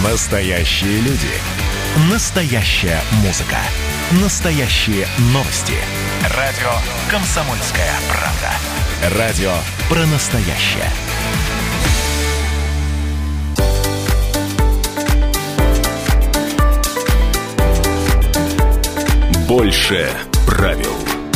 Настоящие люди. Настоящая музыка. Настоящие новости. Радио «Комсомольская правда». Радио про настоящее. Больше правил.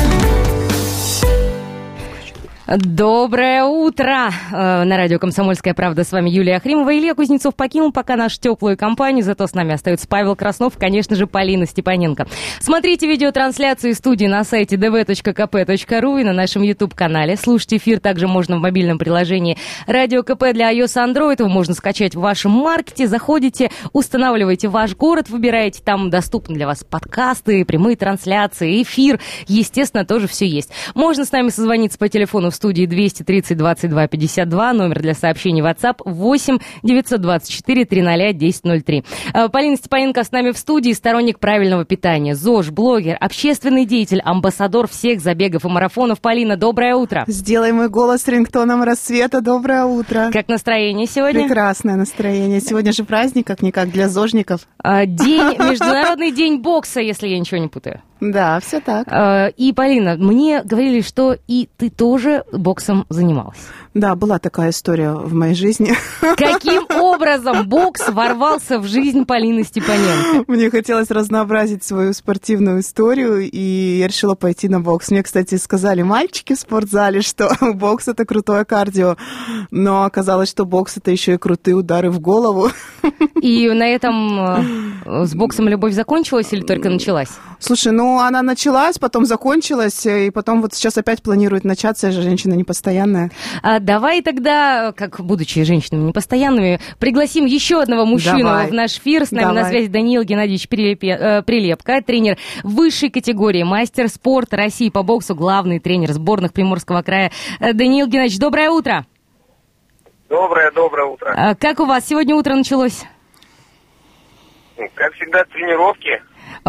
Доброе утро! На радио «Комсомольская правда» с вами Юлия Ахримова. Илья Кузнецов покинул пока нашу теплую компанию, зато с нами остаются Павел Краснов, конечно же, Полина Степаненко. Смотрите видеотрансляцию студии на сайте dv.kp.ru и на нашем YouTube-канале. Слушать эфир также можно в мобильном приложении «Радио КП» для iOS и Android. Его можно скачать в вашем маркете. Заходите, устанавливаете ваш город, выбираете. Там доступны для вас подкасты, прямые трансляции, эфир. Естественно, тоже все есть. Можно с нами созвониться по телефону в студии 230 22 52, номер для сообщений WhatsApp 8 924 300 1003. Полина Степаненко с нами в студии, сторонник правильного питания, ЗОЖ, блогер, общественный деятель, амбассадор всех забегов и марафонов. Полина, доброе утро. Сделай мой голос рингтоном рассвета. Доброе утро. Как настроение сегодня? Прекрасное настроение. Сегодня же праздник, как-никак, для зожников. Международный день бокса, если я ничего не путаю. Да, все так. И, Полина, мне говорили, что и ты тоже боксом занималась. Да, была такая история в моей жизни. Каким образом бокс ворвался в жизнь Полины Степаненко? Мне хотелось разнообразить свою спортивную историю, и я решила пойти на бокс. Мне, кстати, сказали мальчики в спортзале, что бокс — это крутое кардио, но оказалось, что бокс — это еще и крутые удары в голову. И на этом с боксом любовь закончилась или только началась? Слушай, она началась, потом закончилась, и потом вот сейчас опять планирует начаться. Я же женщина непостоянная. Давай тогда, как будучи женщинами непостоянными, пригласим еще одного мужчину в наш эфир. С нами на связи Даниил Геннадьевич Прилепко, тренер высшей категории, мастер спорта России по боксу, главный тренер сборных Приморского края. Даниил Геннадьевич, доброе утро. Доброе утро. Как у вас сегодня утро началось? Как всегда, тренировки.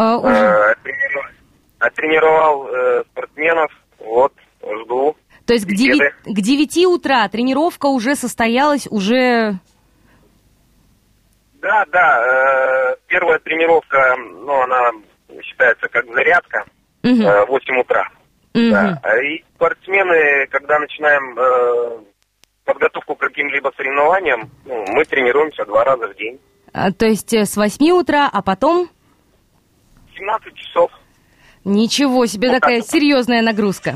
Оттренировал спортсменов, вот, жду. То есть к 9 утра тренировка уже состоялась, уже... Да, первая тренировка, она считается как зарядка, 8 утра. Да. И спортсмены, когда начинаем подготовку к каким-либо соревнованиям, мы тренируемся 2 раза в день. То есть с 8 утра, а потом? 17 часов. Ничего себе, вот такая серьезная нагрузка.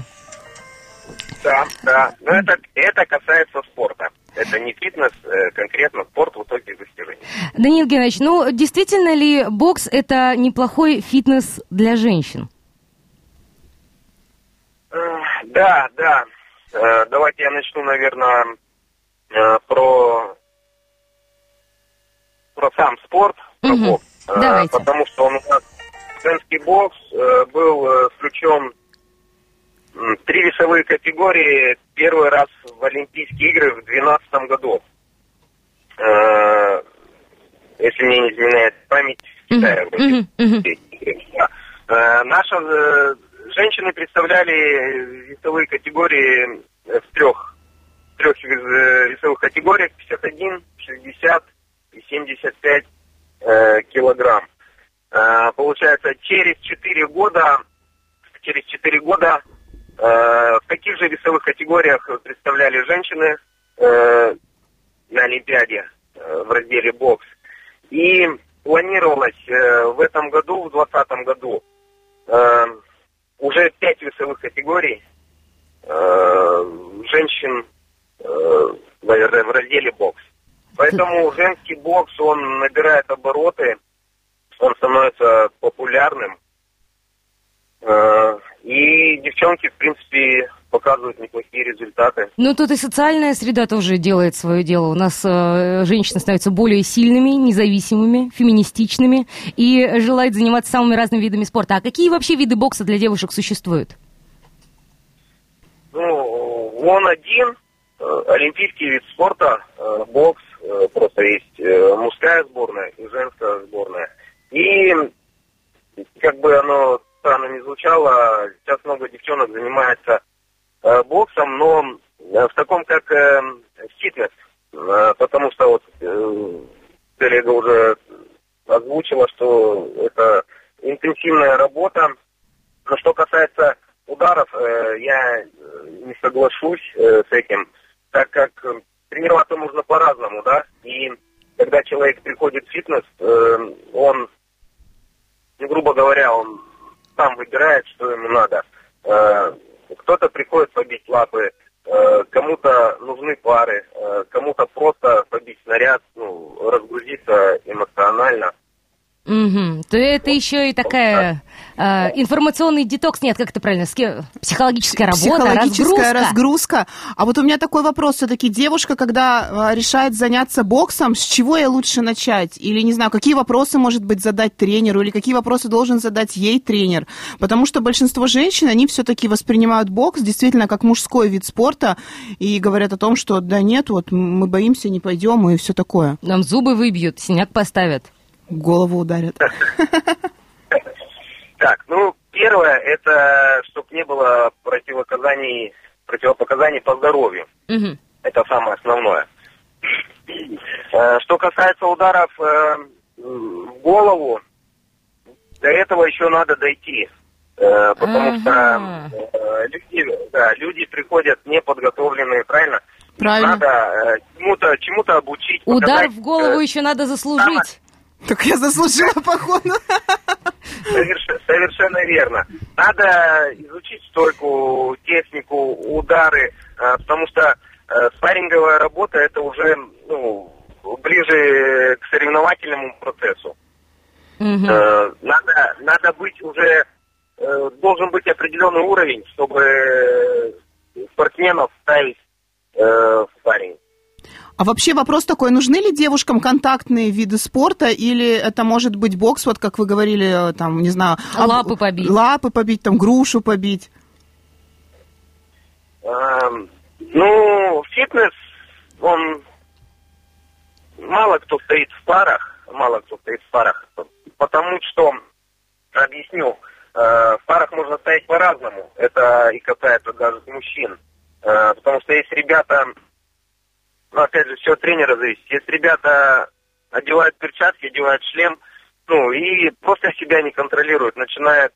Да. Но это касается спорта. Это не фитнес, конкретно спорт высоких достижений. Даниил Геннадьевич, действительно ли бокс — это неплохой фитнес для женщин? Да. Давайте я начну, наверное, про сам спорт, про бокс. Давайте. Потому что он у нас, женский бокс, был включен 3 весовые категории первый раз в Олимпийские игры в 2012 году. Если мне не изменяет память, в Китае. Наши женщины представляли весовые категории в трех весовых категориях: 51, 60 и 75 килограмм. Получается, через 4 года в каких же весовых категориях представляли женщины на Олимпиаде в разделе бокс. И планировалось в этом году, в 2020 году, уже 5 весовых категорий женщин в разделе бокс. Поэтому женский бокс, он набирает обороты, он становится популярным. И девчонки, в принципе, показывают неплохие результаты. Тут и социальная среда тоже делает свое дело. У нас женщины становятся более сильными, независимыми, феминистичными и желают заниматься самыми разными видами спорта. А какие вообще виды бокса для девушек существуют? Он один, олимпийский вид спорта, бокс. Просто есть мужская сборная и женская сборная. И как бы оно странно не звучало, сейчас много девчонок занимается боксом, но в таком как фитнес, потому что вот коллега уже озвучила, что это интенсивная работа. Но что касается ударов, я не соглашусь с этим, так как тренироваться нужно по-разному, да, и когда человек приходит в фитнес, он, грубо говоря, он сам выбирает, что ему надо. Кто-то приходит побить лапы, кому-то нужны пары, кому-то просто побить снаряд, разгрузиться эмоционально. Угу. То это еще и такая информационный детокс, нет, как это правильно, психологическая работа, разгрузка. А вот у меня такой вопрос, все-таки девушка, когда решает заняться боксом, с чего ей лучше начать? Или, не знаю, какие вопросы, может быть, задать тренеру, или какие вопросы должен задать ей тренер? Потому что большинство женщин, они все-таки воспринимают бокс действительно как мужской вид спорта и говорят о том, что да нет, вот мы боимся, не пойдем и все такое. Нам зубы выбьют, синяк поставят. Голову ударят. Так, первое, это чтобы не было противопоказаний по здоровью. Угу. Это самое основное. Что касается ударов в голову, до этого еще надо дойти. Потому что люди приходят неподготовленные, правильно? Правильно. Надо чему-то обучить. Удар в голову еще надо заслужить. Так я заслужила, походу. Совершенно верно. Надо изучить стойку, технику, удары, потому что спарринговая работа это уже ближе к соревновательному процессу. Угу. Надо быть уже, должен быть определенный уровень, чтобы спортсменов ставить в спарринг. А вообще вопрос такой, нужны ли девушкам контактные виды спорта, или это может быть бокс, вот как вы говорили, там, не знаю... Лапы побить. Лапы побить, там, грушу побить. Фитнес, он... Мало кто стоит в парах, потому что, объясню, в парах можно стоять по-разному, это и касается даже мужчин, потому что есть ребята... опять же, все от тренера зависит. Если ребята одевают перчатки, одевают шлем, и просто себя не контролируют, начинают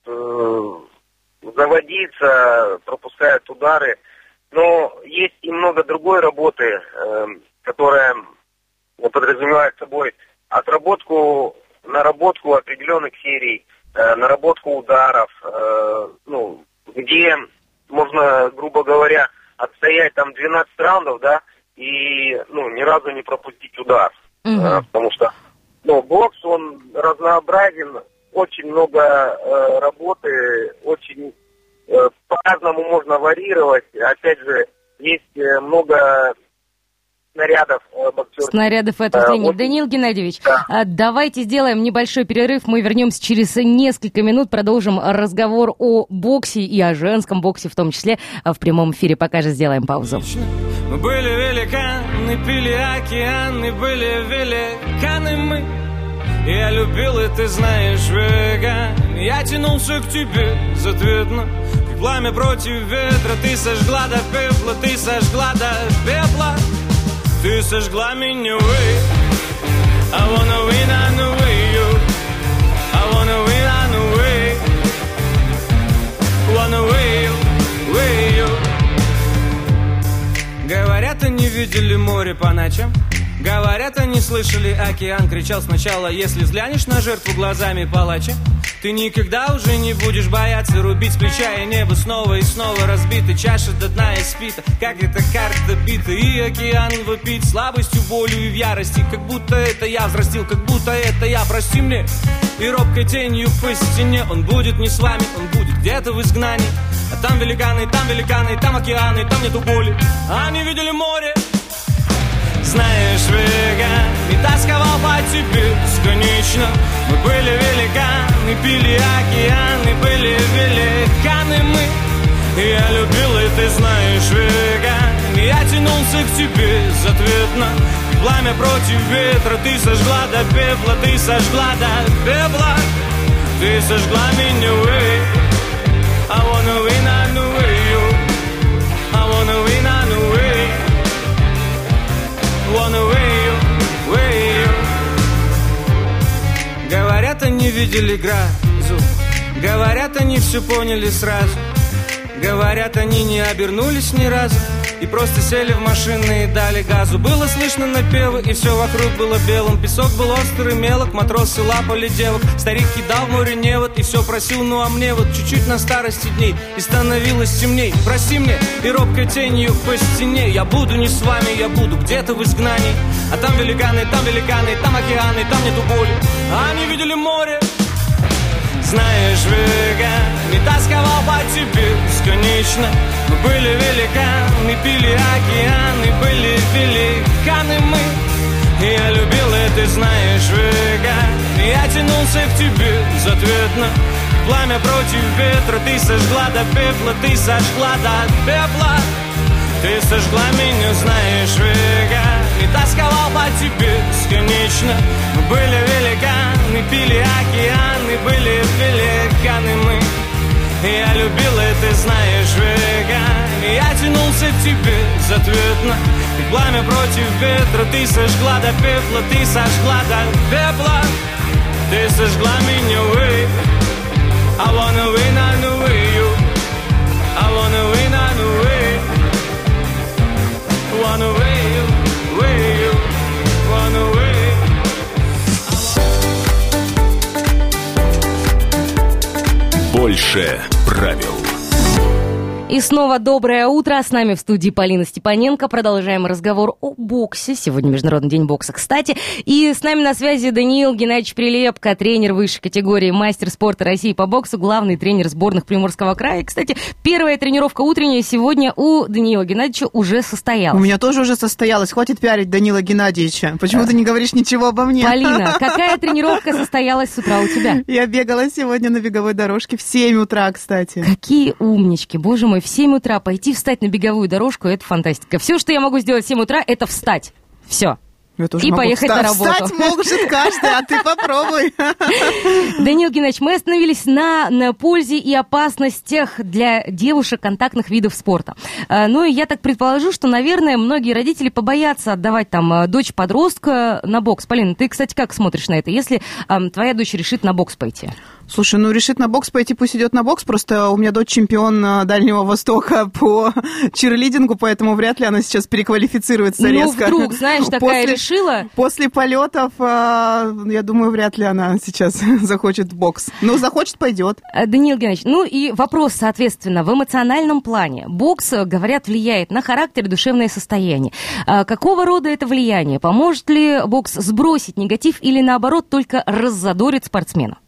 заводиться, пропускают удары. Но есть и много другой работы, которая подразумевает собой наработку определенных серий, наработку ударов, где можно, грубо говоря, отстоять там 12 раундов, да, и ни разу не пропустить удар. Потому что бокс, он разнообразен, очень много работы, очень по-разному можно варьировать. Опять же, есть много снарядов боксеров. Снарядов это тренинг. Даниил Геннадьевич, давайте сделаем небольшой перерыв. Мы вернемся через несколько минут, продолжим разговор о боксе и о женском боксе в том числе в прямом эфире. Пока же сделаем паузу. Мы были великаны, пили океаны, были великаны мы. Я любил, и ты знаешь, веган. Я тянулся к тебе безответно, как пламя против ветра. Ты сожгла до пепла, ты сожгла до пепла. Ты сожгла меня, way. I wanna win on the way, you. I wanna win on the way. Wanna way, way, you. Говорят, они видели море по ночам. Говорят, они слышали океан. Кричал сначала, если взглянешь на жертву глазами палача, ты никогда уже не будешь бояться рубить с плеча. И небо снова и снова разбито, чаша до дна испита, как эта карта бита. И океан вопит слабостью, болью и в ярости, как будто это я взрастил, как будто это я, прости мне. И робкой тенью по стене он будет не с вами, он будет где-то в изгнании. А там великаны, там океаны, там нету боли. Они видели море. Знаешь, веган, и тосковал по тебе бесконечно. Мы были великаны, пили океаны, были великаны мы. И я любил, и ты знаешь, веган. И я тянулся к тебе безответно, пламя против ветра. Ты сожгла до пепла, ты сожгла до пепла. Ты сожгла меня, way. I wanna win on the way, you. I wanna win on the way. Wanna way you, way you. видели грозу. Говорят, они все поняли сразу. Говорят, они не обернулись ни разу и просто сели в машины и дали газу. Было слышно напевы, и все вокруг было белым. Песок был острый, мелок, матросы лапали девок. Старик кидал в море невод и все просил, ну а мне вот чуть-чуть на старости дней. И становилось темней, прости мне, и робкой тенью по стене. Я буду не с вами, я буду где-то в изгнании. А там великаны, там океаны, там нету боли. А они видели море. Знаешь, веган, не тосковал по тебе бесконечно. Мы были великаны, пили океаны, были великаны мы. И я любил, и ты знаешь, веган. Я тянулся к тебе безответно. Пламя против ветра, ты сожгла до пепла, ты сожгла до пепла. Ты сожгла меня, знаешь, веган. И тосковал по тебе бесконечно. Мы были великаны, пили океаны, были великаны мы. И я любил, и ты знаешь, веган. И я тянулся к тебе безответно. И пламя против ветра, ты сожгла до пепла, ты сожгла до пепла. Ты сожгла меня, вы. I wanna win, I know you. I wanna win, I know you. Wanna way you, wanna way. Больше правил. И снова доброе утро. С нами в студии Полина Степаненко. Продолжаем разговор о боксе. Сегодня Международный день бокса, кстати. И с нами на связи Даниил Геннадьевич Прилепко, тренер высшей категории, мастер спорта России по боксу, главный тренер сборных Приморского края. И, кстати, первая тренировка утренняя сегодня у Даниила Геннадьевича уже состоялась. У меня тоже уже состоялась. Хватит пиарить Данила Геннадьевича. Почему ты не говоришь ничего обо мне? Полина, какая тренировка состоялась с утра у тебя? Я бегала сегодня на беговой дорожке в 7 утра, кстати. Какие умнички, боже мой. В 7 утра пойти встать на беговую дорожку, это фантастика. Все, что я могу сделать в 7 утра, это встать. Все. И поехать на работу. Встать может каждый, а ты попробуй. Даниил Геннадьевич, мы остановились на пользе и опасностях для девушек контактных видов спорта. Ну и я так предположу, что, наверное, многие родители побоятся отдавать там дочь-подростка на бокс. Полина, ты, кстати, как смотришь на это, если твоя дочь решит на бокс пойти? Слушай, ну решит на бокс пойти, пусть идет на бокс. Просто у меня дочь чемпион Дальнего Востока по чирлидингу, поэтому вряд ли она сейчас переквалифицируется резко. Ну вдруг, знаешь, такая решила. После полетов, я думаю, вряд ли она сейчас захочет в бокс. Ну, захочет, пойдет. Даниил Геннадьевич, ну и вопрос, соответственно, в эмоциональном плане. Бокс, говорят, влияет на характер и душевное состояние. Какого рода это влияние? Поможет ли бокс сбросить негатив или, наоборот, только раззадорит спортсмена?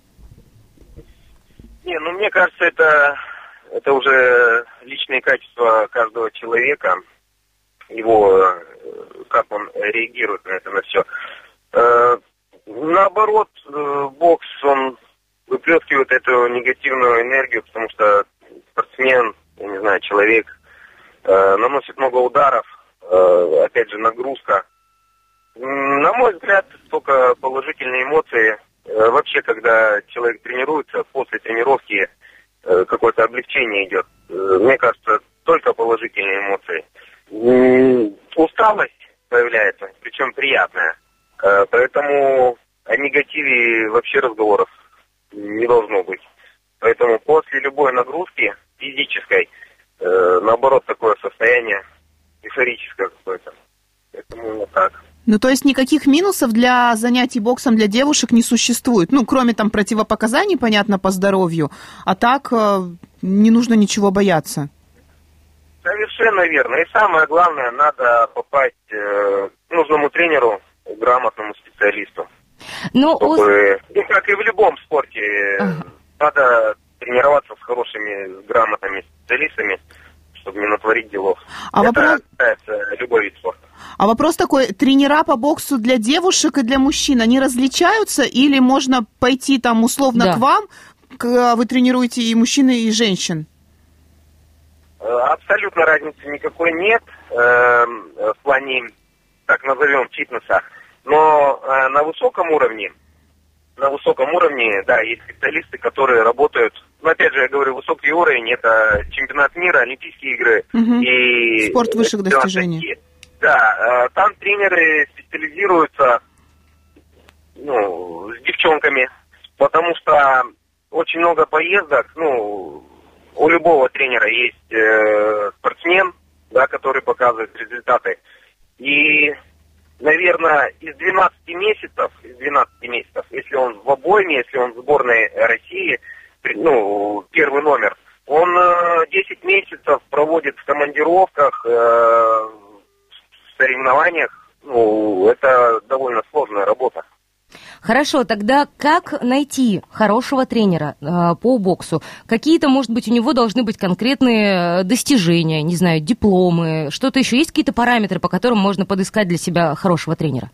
Не, ну мне кажется, это уже личные качества каждого человека, его, как он реагирует на это, на все. Наоборот, бокс, он выплескивает эту негативную энергию, потому что спортсмен, я не знаю, человек, наносит много ударов, опять же, нагрузка. На мой взгляд, только положительные эмоции. Вообще, когда человек тренируется, после тренировки какое-то облегчение идет. Мне кажется, только положительные эмоции. Усталость появляется, причем приятная. Поэтому о негативе вообще разговоров не должно быть. Поэтому после любой нагрузки физической, наоборот, такое состояние эйфорическое какое-то. Поэтому вот так. Ну, то есть никаких минусов для занятий боксом для девушек не существует? Ну, кроме там противопоказаний, понятно, по здоровью, а так не нужно ничего бояться. Совершенно верно. И самое главное, надо попасть к нужному тренеру, грамотному специалисту. Чтобы, как и в любом спорте, надо тренироваться с хорошими, грамотными специалистами, чтобы не натворить делов. Это касается любой вид спорта. А вопрос такой, тренера по боксу для девушек и для мужчин, они различаются или можно пойти там условно к вам, вы тренируете и мужчин, и женщин? Абсолютно разницы никакой нет в плане, так назовем, фитнеса. Но на высоком уровне, да, есть специалисты, которые работают, ну, опять же, я говорю, высокий уровень, это чемпионат мира, Олимпийские игры и спорт высших достижений. Да, там тренеры специализируются, с девчонками, потому что очень много поездок, у любого тренера есть спортсмен, да, который показывает результаты. И, наверное, из 12 месяцев, если он в обойме, если он в сборной России, первый номер, он 10 месяцев проводит в командировках, в соревнованиях. Это довольно сложная работа. Хорошо, тогда как найти хорошего тренера по боксу? Какие-то, может быть, у него должны быть конкретные достижения, не знаю, дипломы, что-то еще? Есть какие-то параметры, по которым можно подыскать для себя хорошего тренера?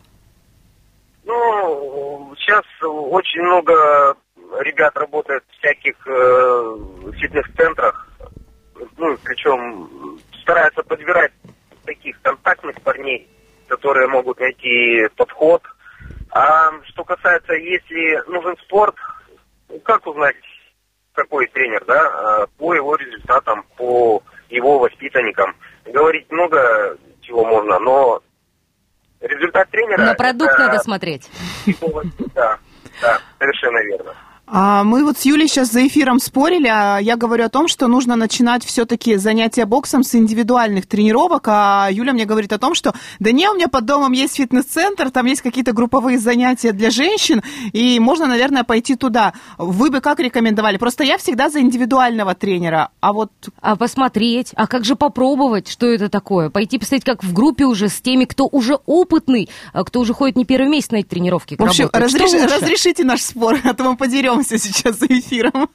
Сейчас очень много ребят работает в всяких фитнес-центрах, причем стараются подбирать таких контактных парней, которые могут найти подход. А что касается, если нужен спорт, как узнать, какой тренер, да, по его результатам, по его воспитанникам. Говорить много чего можно, но результат тренера... На продукт надо смотреть. Да, совершенно верно. Мы вот с Юлей сейчас за эфиром спорили, а я говорю о том, что нужно начинать все-таки занятия боксом с индивидуальных тренировок, а Юля мне говорит о том, что у меня под домом есть фитнес-центр, там есть какие-то групповые занятия для женщин, и можно, наверное, пойти туда. Вы бы как рекомендовали? Просто я всегда за индивидуального тренера, А посмотреть, а как же попробовать, что это такое? Пойти посмотреть, как в группе уже с теми, кто уже опытный, кто уже ходит не первый месяц на эти тренировки. В общем, разрешите наш спор, а то мы подеремся сейчас за эфиром.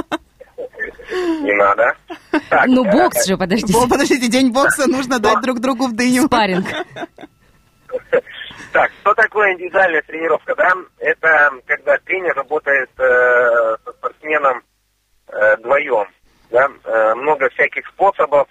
Не надо. Бокс же, подождите. Подождите, день бокса, нужно дать друг другу в дыню. Спарринг. Так, что такое индивидуальная тренировка, да? Это когда тренер работает со спортсменом вдвоем, да? Много всяких способов,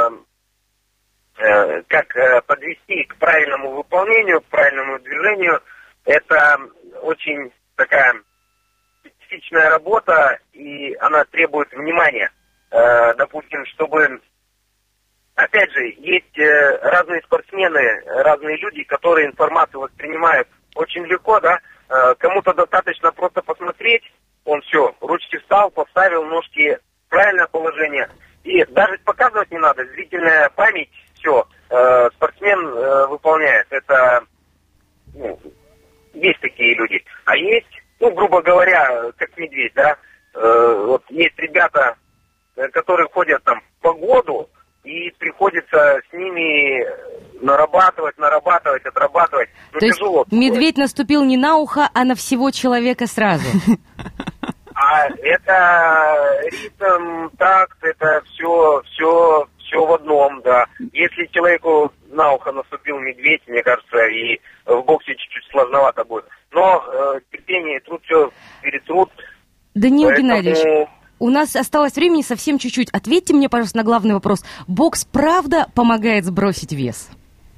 как подвести к правильному выполнению, к правильному движению. Это очень такая специфичная работа, и она требует внимания. Допустим, чтобы... Опять же, есть разные спортсмены, разные люди, которые информацию воспринимают очень легко, да. Кому-то достаточно просто посмотреть, он все, ручки встал, поставил, ножки в правильное положение. И даже показывать не надо, зрительная память, все, спортсмен выполняет. Это, есть такие люди. А есть, грубо говоря, как медведь, да, вот есть ребята, которые ходят там по году, и приходится с ними нарабатывать, отрабатывать. То есть медведь наступил не на ухо, а на всего человека сразу. А это ритм, такт, это все в одном, да. Если человеку на ухо наступил медведь, мне кажется, и в боксе чуть-чуть сложновато будет. Но терпение и труд все перетрут. Даниил Геннадьевич, у нас осталось времени совсем чуть-чуть. Ответьте мне, пожалуйста, на главный вопрос. Бокс правда помогает сбросить вес?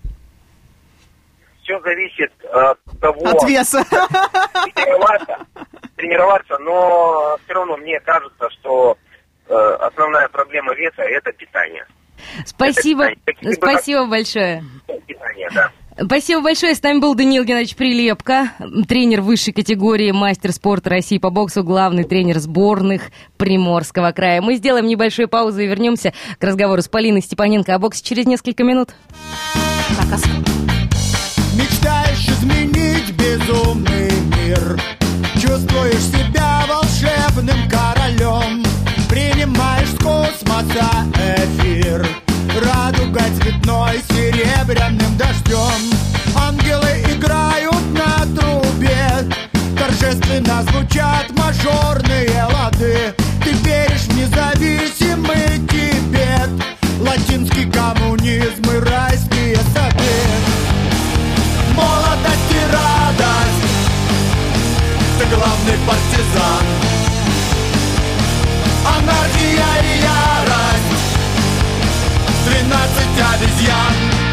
Все зависит от того... От веса. Тренироваться, но все равно мне кажется, что основная проблема веса – это питание. Спасибо большое. Питание, да. Спасибо большое. С нами был Даниил Геннадьевич Прилепко, тренер высшей категории, мастер спорта России по боксу, главный тренер сборных Приморского края. Мы сделаем небольшую паузу и вернемся к разговору с Полиной Степаненко о боксе через несколько минут. Пока. Мечтаешь изменить безумный мир, чувствуешь себя волшебным королем, принимаешь с космоса эфир, радуга цветной серебряным дождем. Ангелы играют на трубе, торжественно звучат мажорные лады. Ты веришь в независимый Тибет, латинский коммунизм и райские сады. Молодость и радость, ты главный партизан. Анархия и ярость, 13 обезьян.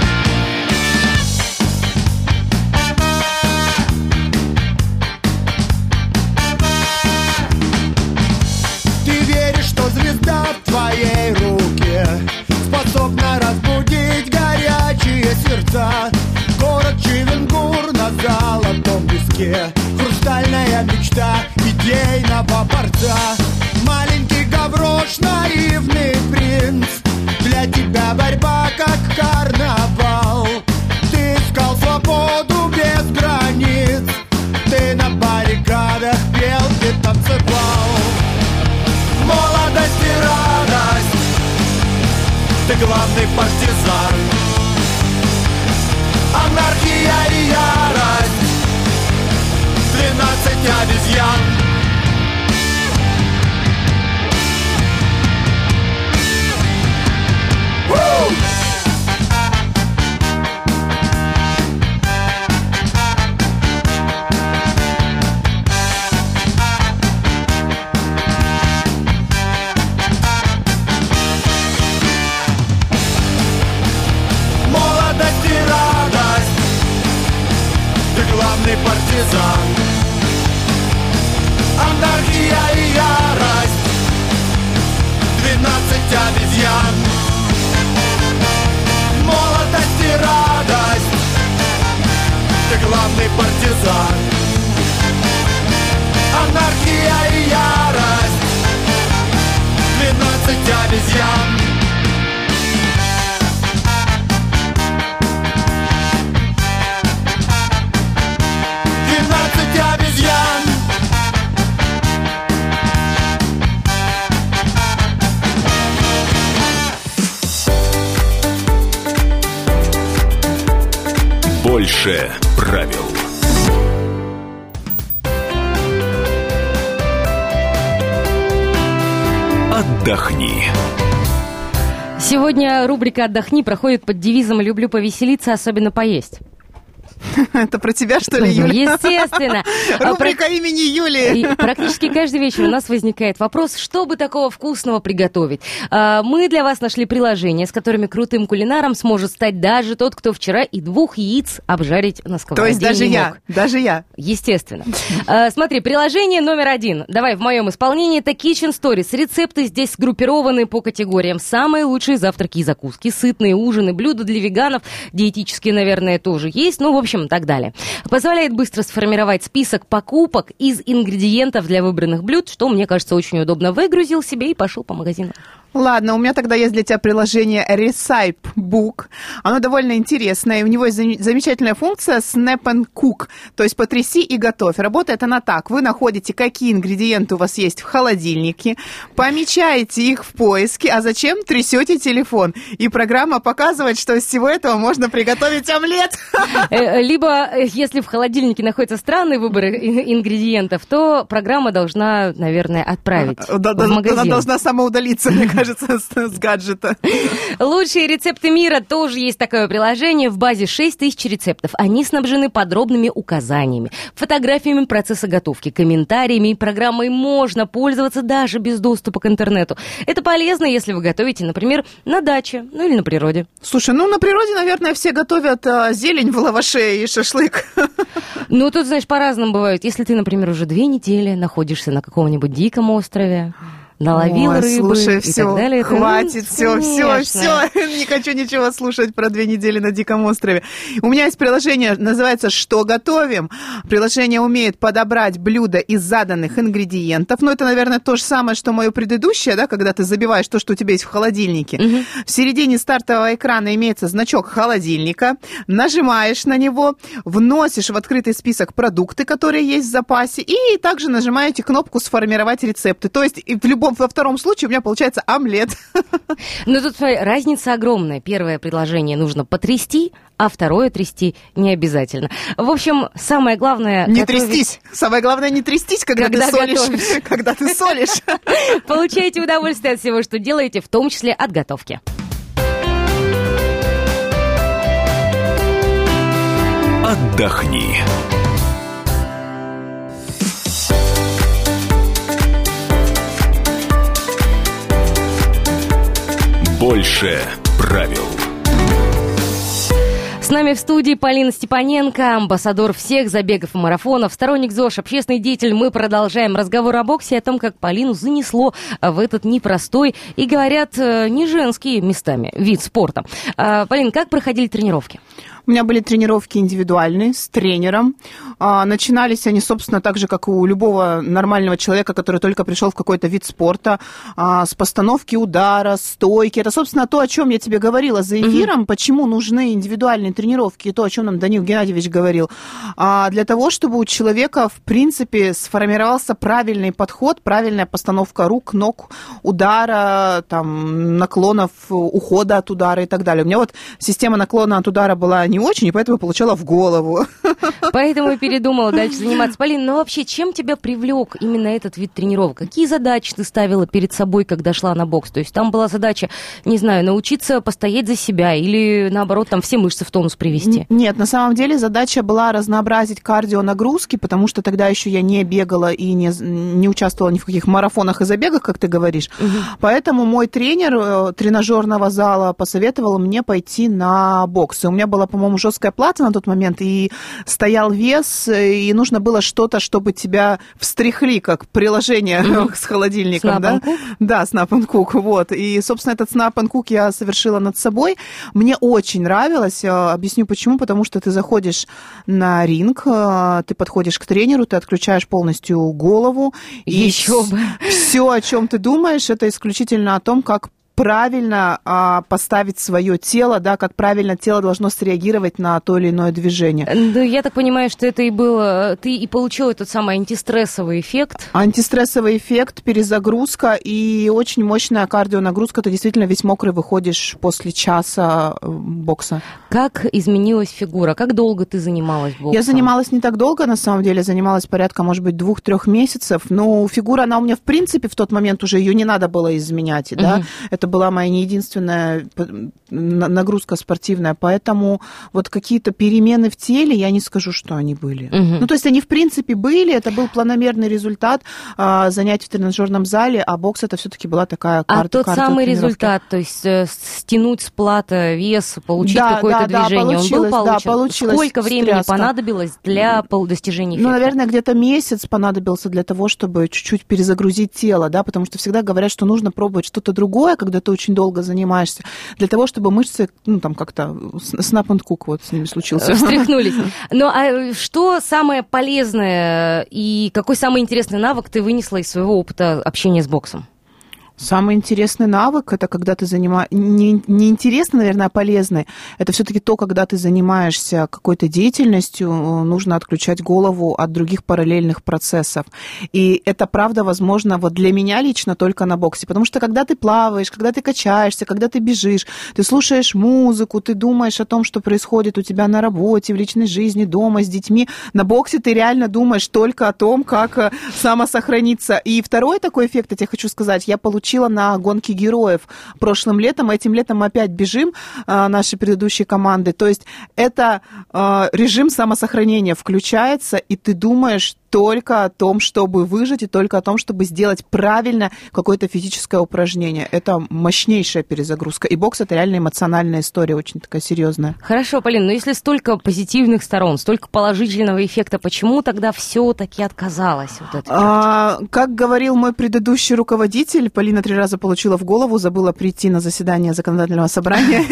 Ты веришь, что звезда в твоей руке способна разбудить горячие сердца. Город Чивенгур на золотом песке, хрустальная мечта, и идейного борца. Маленький гаврош, наивный принц, для тебя борьба как карнавал. Ты искал свободу без границ, ты на баррикадах пел и танцевал. Молодость и радость, ты главный партизан. Анархия и ярость, 12 обезьян. Молодость и радость, ты главный партизан. Анархия и ярость, 12 обезьян. Молодость и радость, ты главный партизан. Анархия и ярость, 12 обезьян. Больше правил. Отдохни. Сегодня рубрика «Отдохни» проходит под девизом «Люблю повеселиться, особенно поесть». Это про тебя, что ли, Юля? Естественно. Рубрика имени Юли. И практически каждый вечер у нас возникает вопрос, что бы такого вкусного приготовить. Мы для вас нашли приложения, с которыми крутым кулинаром сможет стать даже тот, кто вчера и 2 яиц обжарить на сковороде. То есть даже не я, мог. даже я. Естественно. Смотри, приложение номер 1. Давай, в моем исполнении это Kitchen Stories. Рецепты здесь сгруппированы по категориям. Самые лучшие завтраки и закуски, сытные ужины, блюда для веганов, диетические, наверное, тоже есть. Ну, в общем, так далее. Позволяет быстро сформировать список покупок из ингредиентов для выбранных блюд, что, мне кажется, очень удобно. Выгрузил себе и пошел по магазинам. Ладно, у меня тогда есть для тебя приложение Recipe Book. Оно довольно интересное, и у него есть замечательная функция Snap and Cook, то есть потряси и готовь. Работает она так. Вы находите, какие ингредиенты у вас есть в холодильнике, помечаете их в поиске, а зачем трясете телефон. И программа показывает, что из всего этого можно приготовить омлет. Либо, если в холодильнике находится странный выбор ингредиентов, то программа должна, наверное, отправить в магазин. Она должна самоудалиться, мне кажется, с гаджета. Лучшие рецепты мира тоже есть такое приложение. В базе 6000 рецептов. Они снабжены подробными указаниями, фотографиями процесса готовки, комментариями, и программой можно пользоваться даже без доступа к интернету. Это полезно, если вы готовите, например, на даче, ну или на природе. Слушай, ну на природе, наверное, все готовят зелень в лаваше и шашлык. Ну, тут, знаешь, по-разному бывает. Если ты, например, уже 2 недели находишься на каком-нибудь диком острове, наловил рыбы, слушай, и все, так далее. хватит, все, конечно. не хочу ничего слушать про 2 недели на Диком острове. У меня есть приложение, называется «Что готовим?». Приложение умеет подобрать блюда из заданных ингредиентов. Ну, это, наверное, то же самое, что мое предыдущее, да, когда ты забиваешь то, что у тебя есть в холодильнике. В середине стартового экрана имеется значок холодильника. Нажимаешь на него, вносишь в открытый список продукты, которые есть в запасе, и также нажимаете кнопку «Сформировать рецепты». То есть во втором случае у меня получается омлет. Но тут разница огромная. Первое предложение нужно потрясти, а второе трясти не обязательно. В общем, самое главное... Не трястись. Самое главное не трястись, когда ты солишь. Когда ты солишь. Получаете удовольствие от всего, что делаете, в том числе от готовки. Отдохни. Больше правил. С нами в студии Полина Степаненко, амбассадор всех забегов и марафонов, сторонник ЗОЖ, общественный деятель. Мы продолжаем разговор о боксе, о том, как Полину занесло в этот непростой и, говорят, не женский местами вид спорта. Полин, как проходили тренировки? У меня были тренировки индивидуальные с тренером. Начинались они, собственно, так же, как у любого нормального человека, который только пришел в какой-то вид спорта, с постановки удара, стойки. Это, собственно, то, о чем я тебе говорила за эфиром, почему нужны индивидуальные тренировки, и то, о чем нам Данил Геннадьевич говорил. Для того, чтобы у человека, в принципе, сформировался правильный подход, правильная постановка рук, ног, удара, там, наклонов, ухода от удара и так далее. У меня вот система наклона от удара была не очень, и поэтому получала в голову. Поэтому и передумала дальше заниматься. Полин, ну вообще, чем тебя привлек именно этот вид тренировок? Какие задачи ты ставила перед собой, когда шла на бокс? То есть там была задача, не знаю, научиться постоять за себя или, наоборот, там все мышцы в тонус привести? Нет, на самом деле задача была разнообразить кардионагрузки, потому что тогда еще я не бегала и не участвовала ни в каких марафонах и забегах, как ты говоришь. Поэтому мой тренер тренажерного зала посоветовал мне пойти на бокс. И у меня была, по-моему, жесткая плата на тот момент, и стоял вес, и нужно было что-то, чтобы тебя встряхли, как приложение с холодильником. Snap and Cook? Да, Snap and Cook, вот. И, собственно, этот Snap and Cook я совершила над собой. Мне очень нравилось. Объясню почему. Потому что ты заходишь на ринг, ты подходишь к тренеру, ты отключаешь полностью голову. Еще бы. Все, о чем ты думаешь, это исключительно о том, как правильно поставить свое тело, да, как правильно тело должно среагировать на то или иное движение. Ну, я так понимаю, что это и было, ты и получил этот самый антистрессовый эффект. Антистрессовый эффект, перезагрузка и очень мощная кардионагрузка. Ты действительно весь мокрый выходишь после часа бокса. Как изменилась фигура? Как долго ты занималась боксом? Я занималась не так долго, на самом деле. Занималась порядка, может быть, 2-3 месяцев. Но фигура, она у меня, в принципе, в тот момент уже ее не надо было изменять, да. Это была моя не единственная нагрузка спортивная, поэтому вот какие-то перемены в теле, я не скажу, что они были. Ну, то есть они, в принципе, были, это был планомерный результат занятий в тренажерном зале, а бокс это все-таки была такая карта. А тот самый результат, то есть стянуть с плата вес, получить какое-то движение, он был получен? Да, получилось. Сколько времени понадобилось для достижения эффекта? Ну, наверное, где-то месяц понадобился для того, чтобы чуть-чуть перезагрузить тело, да, потому что всегда говорят, что нужно пробовать что-то другое, когда ты очень долго занимаешься, для того, чтобы мышцы, ну, там как-то Snap and Cook вот с ними случился. Встряхнулись. Ну, а что самое полезное и какой самый интересный навык ты вынесла из своего опыта общения с боксом? Самый интересный навык, это когда ты занимаешься, не интересный, наверное, а полезный, это все-таки то, когда ты занимаешься какой-то деятельностью, нужно отключать голову от других параллельных процессов. И это, правда, возможно, вот для меня лично только на боксе, потому что когда ты плаваешь, когда ты качаешься, когда ты бежишь, ты слушаешь музыку, ты думаешь о том, что происходит у тебя на работе, в личной жизни, дома, с детьми, на боксе ты реально думаешь только о том, как самосохраниться. И второй такой эффект, я тебе хочу сказать, я получила на гонке героев прошлым летом. Этим летом мы опять бежим, нашей предыдущей команды. То есть это режим самосохранения включается, и ты думаешь только о том, чтобы выжить, и только о том, чтобы сделать правильно какое-то физическое упражнение. Это мощнейшая перезагрузка. И бокс — это реально эмоциональная история, очень такая серьезная. Хорошо, Полин, но если столько позитивных сторон, столько положительного эффекта, почему тогда все-таки отказалась от этого? Как говорил мой предыдущий руководитель, Полина 3 раза получила в голову, забыла прийти на заседание законодательного собрания,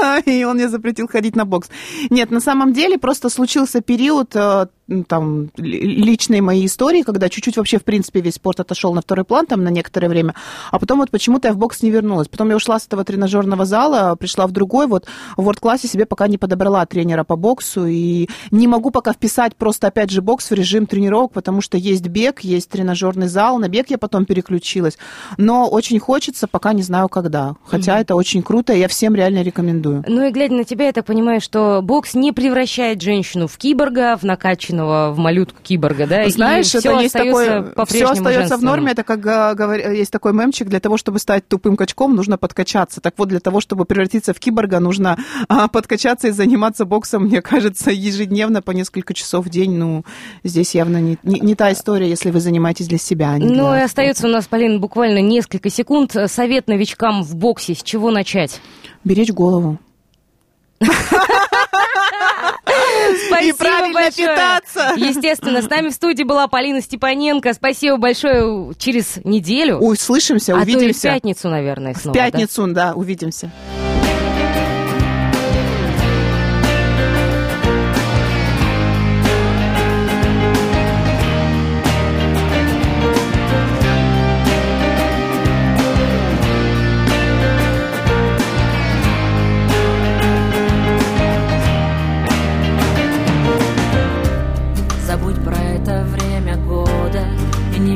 и он мне запретил ходить на бокс. Нет, на самом деле просто случился период там, личной моей истории, когда чуть-чуть вообще, в принципе, весь спорт отошел на второй план там на некоторое время, а потом вот почему-то я в бокс не вернулась. Потом я ушла с этого тренажерного зала, пришла в другой, вот в World-классе себе пока не подобрала тренера по боксу, и не могу пока вписать просто, опять же, бокс в режим тренировок, потому что есть бег, есть тренажерный зал, на бег я потом переключилась, но очень хочется, пока не знаю когда, хотя это очень круто, и я всем реально рекомендую. Ну и глядя на тебя, я так понимаю, что бокс не превращает женщину в киборга, в накачанного, в малютку киборга, да? Знаешь, это есть такое, все остается в норме, это как есть такой мемчик, для того, чтобы стать тупым качком, нужно подкачаться. Так вот, для того, чтобы превратиться в киборга, нужно подкачаться и заниматься боксом, мне кажется, ежедневно по несколько часов в день. Ну, здесь явно не та история, если вы занимаетесь для себя. Ну, и остается у нас, Полина, буквально несколько секунд. Совет новичкам в боксе, с чего начать? Беречь голову. Спасибо и правильно большое. Питаться. Естественно, с нами в студии была Полина Степаненко. Спасибо большое. Через неделю. Услышимся, увидимся. А то и в пятницу, наверное, снова. В пятницу, да, увидимся.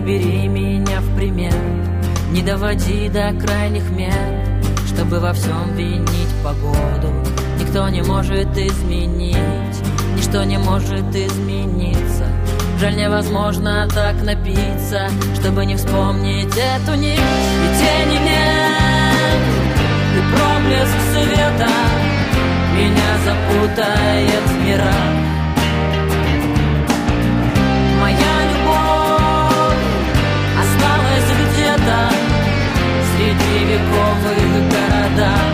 бери меня в пример, не доводи до крайних мер, чтобы во всем винить погоду. Никто не может изменить, ничто не может измениться. Жаль, невозможно так напиться, чтобы не вспомнить эту нить. И тени нет, и проблеск света меня запутает в мирах. Моя любовь осталась где-то в средневековых городах.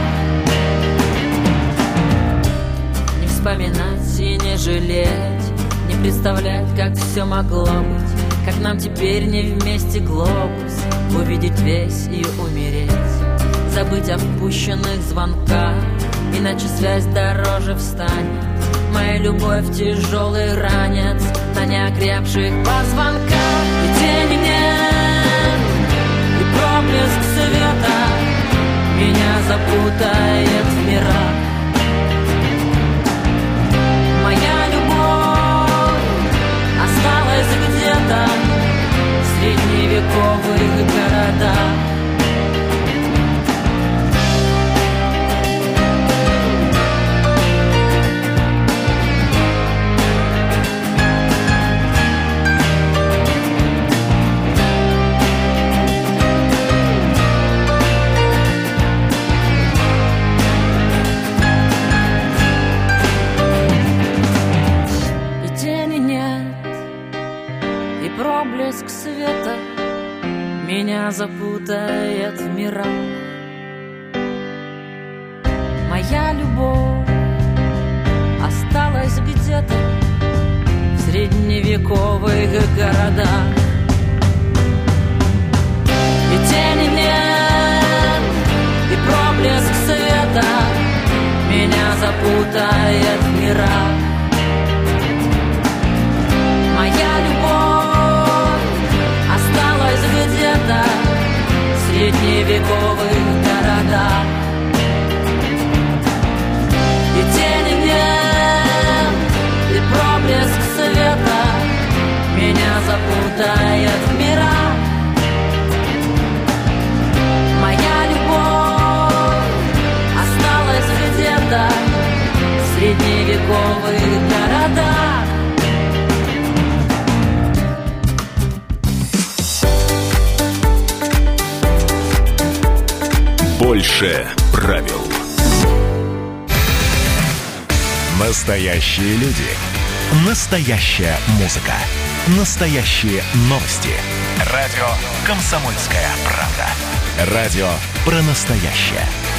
Не вспоминать и не жалеть, не представлять, как все могло быть, как нам теперь не вместе глобус увидеть весь и умереть. Забыть о впущенных звонках, иначе связь дороже встанет. Моя любовь тяжелый ранец на неокрепших позвонках. И тени нет, и проблеск света меня запутает в мирах. Моя любовь осталась где-то в средневековых городах. Проблеск света меня запутает в мирах. Моя любовь осталась где-то в средневековых городах. И тени нет, и проблеск света меня запутает в мирах. Моя любовь осталась где-то в средневековых городах. И тени нет, и проблеск света меня запутает в мирах. Моя любовь осталась где-то в средневековых городах. Больше правил. Настоящие люди. Настоящая музыка. Настоящие новости. Радио «Комсомольская правда». Радио про настоящее.